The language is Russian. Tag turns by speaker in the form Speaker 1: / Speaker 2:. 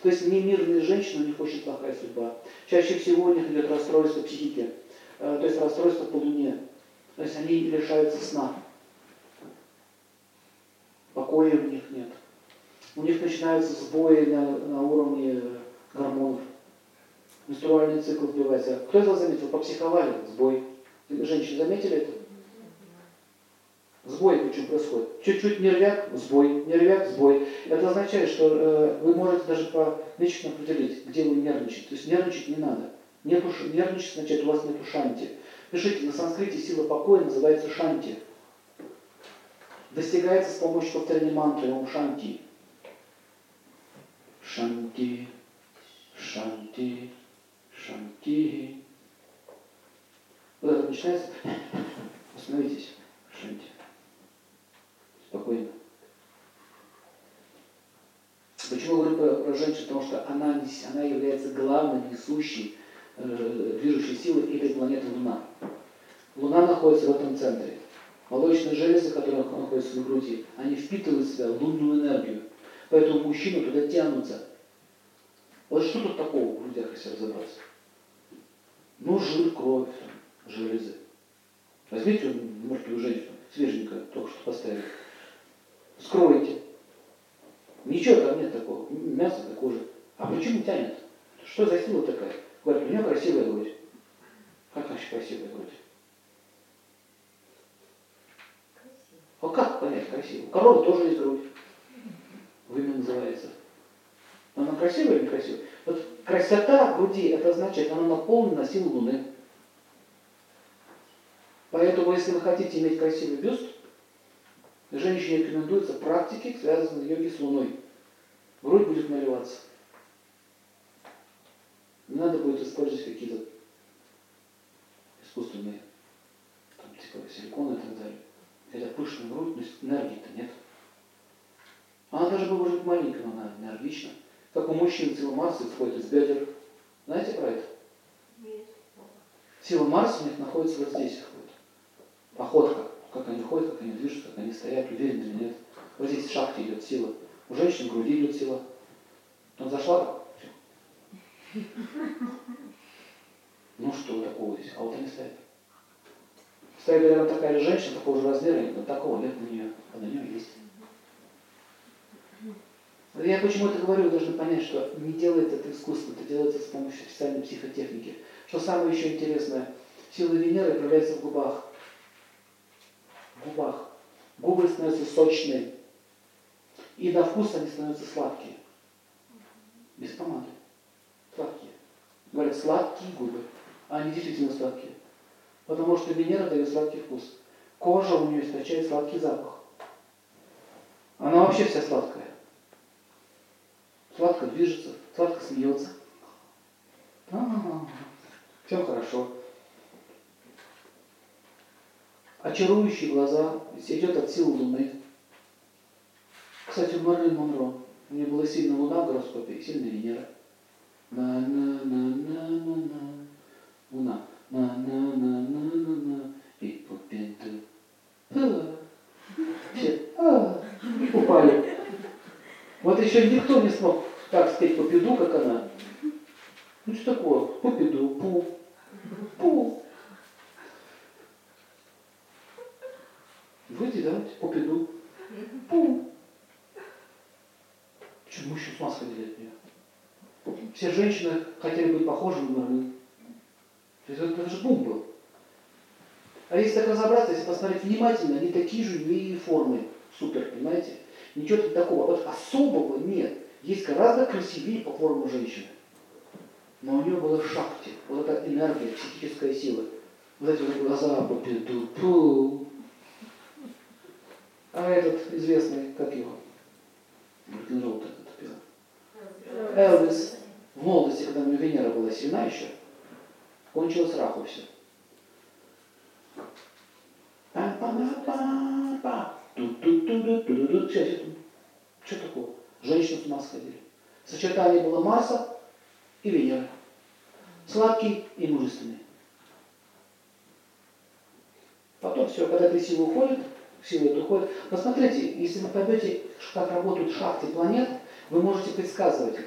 Speaker 1: То есть немирные женщины, у них очень плохая судьба. Чаще всего у них идет расстройство психики, то есть расстройство по луне. То есть они лишаются сна. Покоя у них нет. У них начинаются сбои на уровне гормонов. Менструальный цикл сбивается. Кто это заметил? Попсиховали? Сбой. Женщины заметили это? Сбой почему происходит? Чуть-чуть нервяк, сбой, нервяк, сбой. Это означает, что вы можете даже по лично определить, где вы нервничаете. То есть нервничать не надо. Нервничать означает, у вас нет шанти. Пишите, на санскрите сила покоя называется шанти. Достигается с помощью повторения мантры Ом Шанти. Шанти, шанти, шанти. Вот это начинается. Остановитесь. Шанти. Спокойно. Почему говорю про женщину? Потому что она является главной, несущей, движущей силой этой планеты Луна. Луна находится в этом центре. Молочные железы, которые находятся на груди, они впитывают в себя лунную энергию. Поэтому мужчины туда тянутся. Вот что тут такого в грудях, если разобраться? Ну, жир, кровь, железы. Возьмите мертвую женщину, свеженькую, только что поставили. Скройте. Ничего там нет такого. Мясо такое же. А почему тянет? Что за сила такая? Говорят, у меня красивая грудь. Как значит красивая грудь? А как понять красиво? У коровы тоже есть грудь. Вымя называется. Она красивая или некрасивая? Вот красота груди, это означает, она наполнена силой Луны. Поэтому, если вы хотите иметь красивый бюст, женщине рекомендуются практики, связанные йоги с Луной. Грудь будет наливаться. Не надо будет использовать какие-то искусственные, там, типа силиконы и так далее. Хотя пышная грудь, но энергии-то нет. Она даже может быть маленькая, но она энергична. Как у мужчин сила Марса исходит из бедер. Знаете про это?
Speaker 2: Нет.
Speaker 1: Сила Марса у них находится вот здесь. Походка. Как они ходят, как они движутся, как они стоят, уверены или нет. Вот здесь в шахте идет сила. У женщин в груди идет сила. Он зашла, все. Ну что такого здесь? А вот они стоят. Стоит рядом такая же женщина, такого же размера, но такого нет на нее, а на нее есть. Я почему это говорю, вы должны понять, что не делается это искусственно, это делается с помощью специальной психотехники. Что самое еще интересное, сила Венеры проявляется в губах. В губах. Губы становятся сочные. И на вкус они становятся сладкие. Без помады. Сладкие. Говорят, сладкие губы. А они действительно сладкие. Потому что Венера дает сладкий вкус. Кожа у нее источает сладкий запах. Она вообще вся сладкая. Сладко движется, сладко смеется. Все хорошо. Очарующие глаза, идет от силы Луны. Кстати, у Мэрилин Монро, у нее была сильная Луна в гороскопе и сильная Венера. На-на-на-на-на-на. Луна. На-на-на-на-на-на. И по пенту. Все упали. Вот еще никто не смог так спеть Попиду, как она. Ну что такое? Попиду, пу, пу. Выйди, давайте, Попиду, пу. Почему мужчины с ума сходили от нее? Все женщины хотели быть похожи на Мэрилин. Это же бум был. А если так разобраться, если посмотреть внимательно, они такие же линии формы. Супер, понимаете? Ничего такого. Вот особого нет. Есть гораздо красивее по форме женщины. Но у нее было в шахте. Вот эта энергия, психическая сила. Вот эти вот глаза Попиду, пу. А этот известный, как его? Рок-н-ролл этот пел. Элвис. В молодости, когда у него Венера была сильна еще, кончилось раху все. Сейчас, что такого? Женщины с ума сходили. Сочетание было Марса и Венеры. Сладкий и мужественный. Потом все, когда эта сила уходит, сила эта уходит. Посмотрите, если вы поймете, как работают шахты планет, вы можете предсказывать.